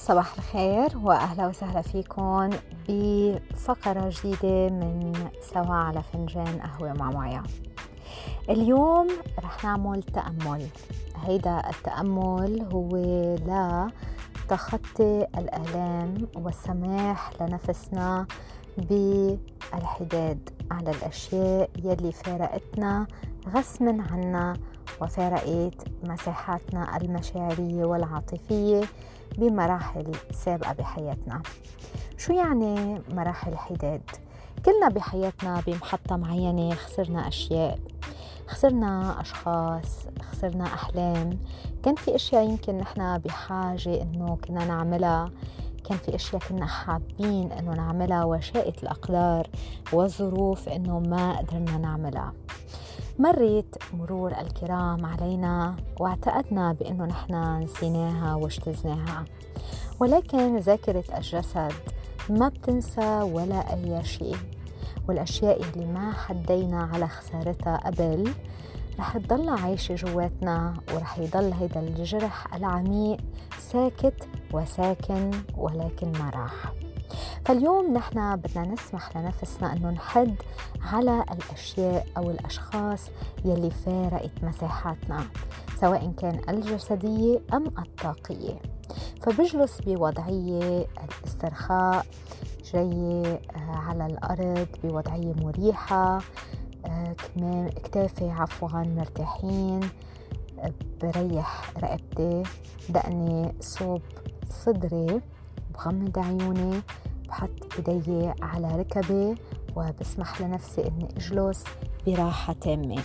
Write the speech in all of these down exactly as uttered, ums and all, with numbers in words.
صباح الخير وأهلا وسهلا فيكم بفقرة جديدة من سوا على فنجان قهوة مع مايا. اليوم رح نعمل تأمل. هيدا التأمل هو لتخطي الآلام والسماح لنفسنا بالحداد على الأشياء يلي فارقتنا غصباً عنا وفارقت مساحاتنا المشاعرية والعاطفية بمراحل سابقة بحياتنا. شو يعني مراحل حداد؟ كلنا بحياتنا بمحطة معينة خسرنا أشياء، خسرنا أشخاص، خسرنا أحلام. كان في أشياء يمكن نحن بحاجة إنه كنا نعملها، كان في أشياء كنا حابين إنه نعملها وشاءت الأقدار والظروف إنه ما قدرنا نعملها. مرت مرور الكرام علينا واعتقدنا بأنه نحن نسيناها واجتزناها، ولكن ذاكرة الجسد ما بتنسى ولا أي شيء، والأشياء اللي ما حدينا على خسارتها قبل رح تضل عايشة جواتنا، ورح يضل هيدا الجرح العميق ساكت وساكن ولكن ما راح. فاليوم نحن بدنا نسمح لنفسنا أنه نحد على الأشياء أو الأشخاص يلي فارقت مساحاتنا، سواء كان الجسدية أم الطاقية. فبجلس بوضعية الاسترخاء، جاي على الأرض بوضعية مريحة، كمان كتافي عفواً مرتاحين، بريح رقبتي، دقني صوب صدري، بغمض عيوني، بحط ايدي على ركبي وبسمح لنفسي اني اجلس براحة تامة.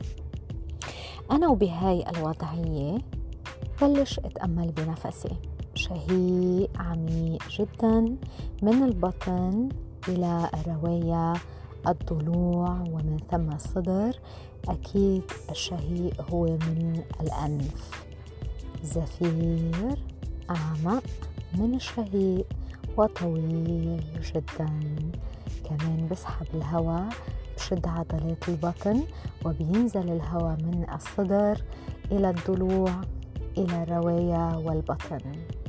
انا وبهاي الوضعية بلش اتأمل بنفسي، شهيق عميق جدا من البطن الى الرواية الضلوع ومن ثم الصدر. اكيد الشهيق هو من الانف، زفير اعمق من الشهيق وطويل جدا. كمان بسحب الهواء، بشد عضلات البطن وبينزل الهواء من الصدر إلى الضلوع إلى الرواية والبطن.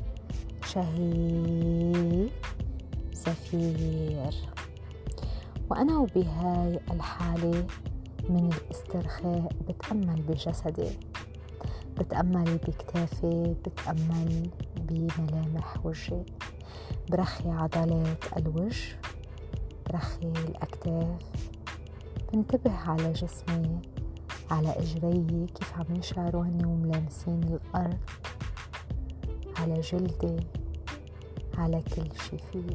شهيق زفير. وأنا وبهاي الحالة من الاسترخاء بتأمل بجسدي، بتأمل بكتافي، بتأمل بملامح وجهي، برخي عضلات الوجه، برخي الأكتاف، بنتبه على جسمي، على إجري كيف عم يشعروا هن وملامسين الأرض، على جلدي، على كل شي فيه.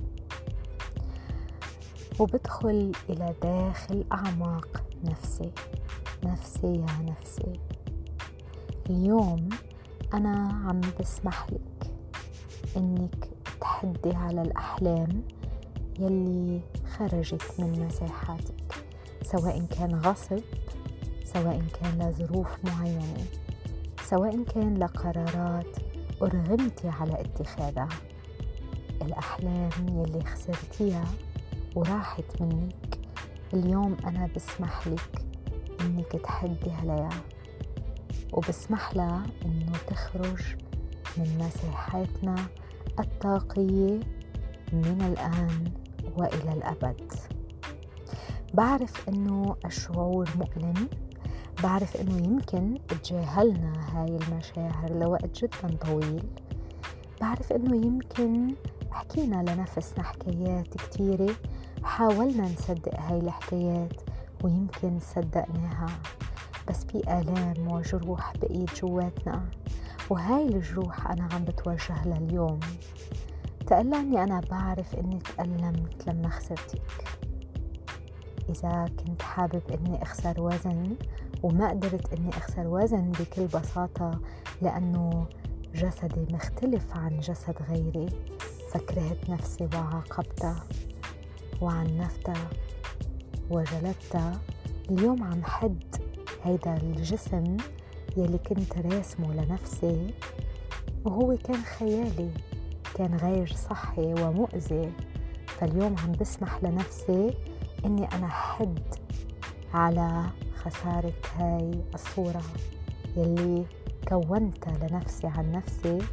وبدخل إلى داخل أعماق نفسي. نفسي يا نفسي، اليوم أنا عم بسمح لك إنك تحدي على الأحلام يلي خرجت من مساحاتك، سواء كان غصب، سواء كان لظروف معينة، سواء كان لقرارات أرغمتي على اتخاذها. الأحلام يلي خسرتيها وراحت منك، اليوم أنا بسمح لك إنك تحدي عليها، وبسمح لها إنه تخرج من مساحاتنا الطاقية من الآن وإلى الأبد. بعرف إنه الشعور مؤلم، بعرف إنه يمكن تجاهلنا هاي المشاعر لوقت جدا طويل، بعرف إنه يمكن حكينا لنفسنا حكايات كتيرة، حاولنا نصدق هاي الحكايات ويمكن صدقناها، بس في آلام وجروح بقيت جواتنا، وهاي الجروح أنا عم بتوجه لها اليوم. تألمني، أنا بعرف إني تألمت لما خسرتك. إذا كنت حابب إني أخسر وزن وما قدرت إني أخسر وزن بكل بساطة لأنه جسدي مختلف عن جسد غيري، فكرهت نفسي وعاقبتها وعنفتها وجلدتها. اليوم عم حد هيدا الجسم يلي كنت راسمه لنفسي، وهو كان خيالي، كان غير صحي ومؤذي. فاليوم عم بسمح لنفسي إني أنا حد على خسارة هاي الصورة يلي كونتها لنفسي عن نفسي،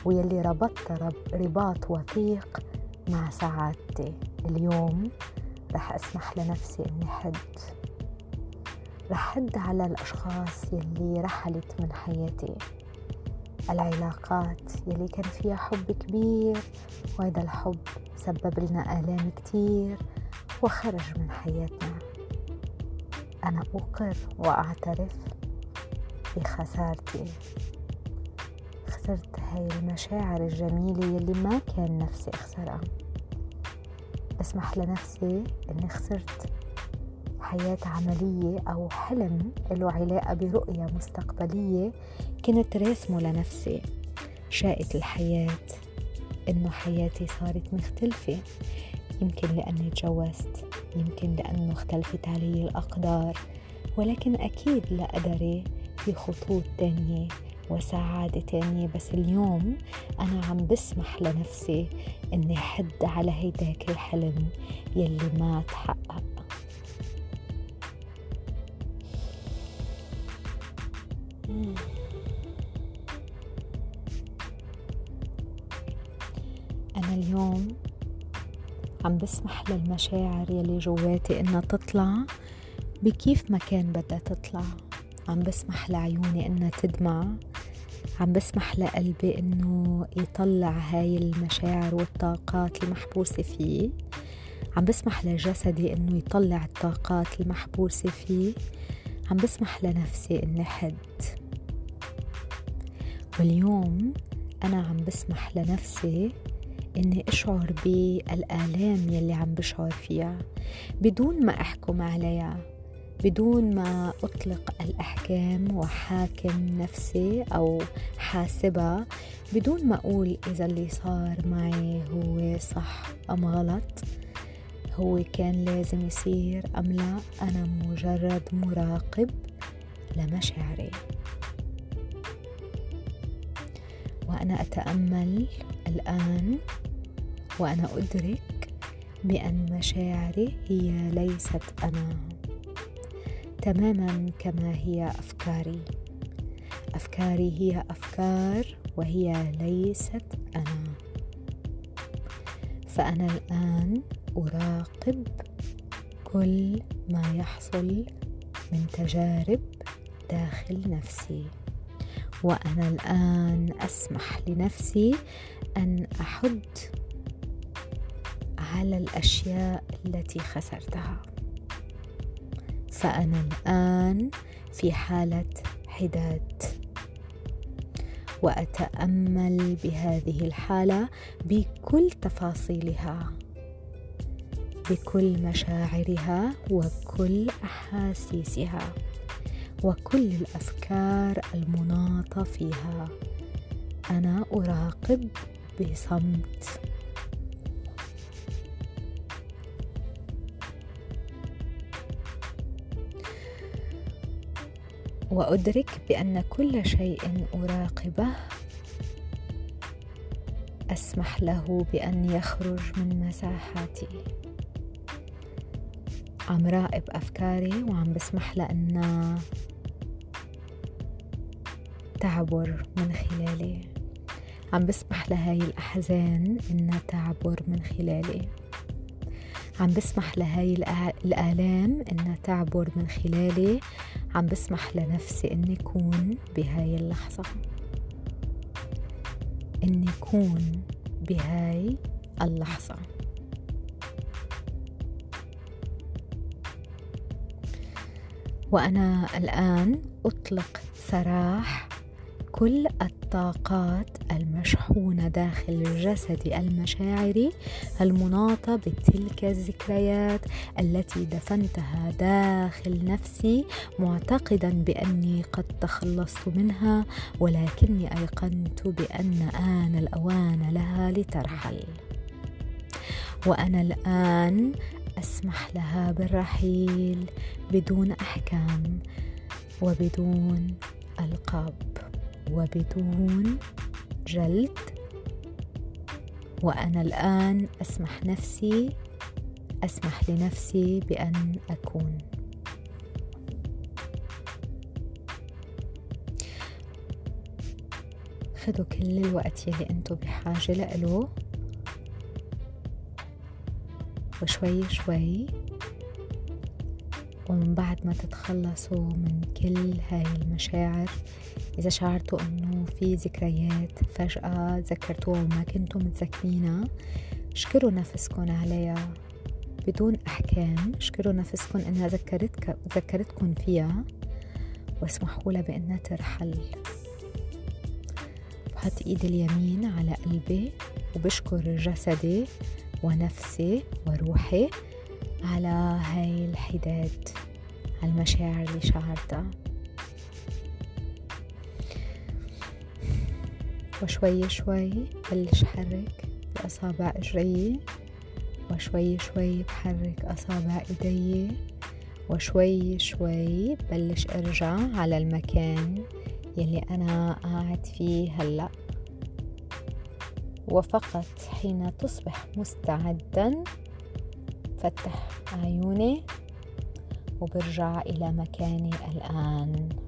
ويلي ربطت رب رباط وثيق مع سعادتي. اليوم رح أسمح لنفسي أني حد رح حد على الأشخاص يلي رحلت من حياتي، العلاقات يلي كان فيها حب كبير وهذا الحب سبب لنا آلام كتير وخرج من حياتنا. أنا أقر وأعترف بخسارتي، خسرت هاي المشاعر الجميلة يلي ما كان نفسي أخسرها. بسمح لنفسي أني خسرت حياة عملية أو حلم له علاقة برؤية مستقبلية كنت راسمه لنفسي. شاءت الحياة إنه حياتي صارت مختلفة، يمكن لأني تجوزت، يمكن لأنه اختلفت علي الأقدار، ولكن أكيد لقدري في خطوط تانية وسعادة تانية. بس اليوم أنا عم بسمح لنفسي إني حد على هيداك الحلم يلي ما تحقق. أنا اليوم عم بسمح للمشاعر يلي جواتي إنها تطلع بكيف ما كان بدها تطلع. عم بسمح لعيوني إنها تدمع، عم بسمح لقلبي إنه يطلع هاي المشاعر والطاقات المحبوسة فيه، عم بسمح لجسدي إنه يطلع الطاقات المحبوسة فيه، عم بسمح لنفسي إني حد. واليوم أنا عم بسمح لنفسي إني أشعر بالآلام يلي عم بشعر فيها بدون ما أحكم عليها، بدون ما أطلق الأحكام وحاكم نفسي أو حاسبها، بدون ما أقول إذا اللي صار معي هو صح أم غلط، هو كان لازم يصير أم لا. أنا مجرد مراقب لمشاعري، وأنا أتأمل الآن وأنا أدرك بأن مشاعري هي ليست أنا، تماما كما هي أفكاري. أفكاري هي أفكار وهي ليست أنا. فأنا الآن أراقب كل ما يحصل من تجارب داخل نفسي، وأنا الآن أسمح لنفسي أن أحد على الأشياء التي خسرتها. فأنا الآن في حالة حداد، وأتأمل بهذه الحالة بكل تفاصيلها، بكل مشاعرها وكل أحاسيسها وكل الأفكار المناطة فيها. أنا أراقب بصمت. وأدرك بأن كل شيء أراقبه أسمح له بأن يخرج من مساحاتي. عم راقب أفكاري وعم بسمح لأنها تعبر من خلالي، عم بسمح لهاي الأحزان إنها تعبر من خلالي، عم بسمح لهاي الآلام إنها تعبر من خلالي، عم بسمح لنفسي إني أكون بهاي اللحظة، إني أكون بهاي اللحظة. وأنا الآن أطلق سراح كل الطاقات المشحونة داخل جسدي المشاعري المناطة بتلك الذكريات التي دفنتها داخل نفسي معتقدا بأني قد تخلصت منها، ولكني أيقنت بأن آن الأوان لها لترحل. وأنا الآن أسمح لها بالرحيل بدون أحكام وبدون ألقاب وبدون جلد. وأنا الآن أسمح نفسي أسمح لنفسي بأن أكون. خدوا كل الوقت يلي انتو بحاجة لإله، وشوي شوي، ومن بعد ما تتخلصوا من كل هاي المشاعر، إذا شعرتوا إنه في ذكريات فجأة ذكرتوها وما كنتوا متذكرينها، اشكروا نفسكن عليها بدون أحكام. اشكروا نفسكن إنها ذكرتك ذكرتكن فيها، واسمحوا لها بإنها ترحل. بحط إيدي اليمين على قلبي وبشكر جسدي ونفسي وروحي على هاي الحداد، على المشاعر اللي شعرتها. وشوي شوي بلش حرك بأصابع إجري، وشوي شوي بحرك أصابع إيدي، وشوي شوي بلش أرجع على المكان يلي أنا قاعد فيه هلأ. وفقط حين تصبح مستعدا فتح عيوني وبرجع إلى مكاني الآن.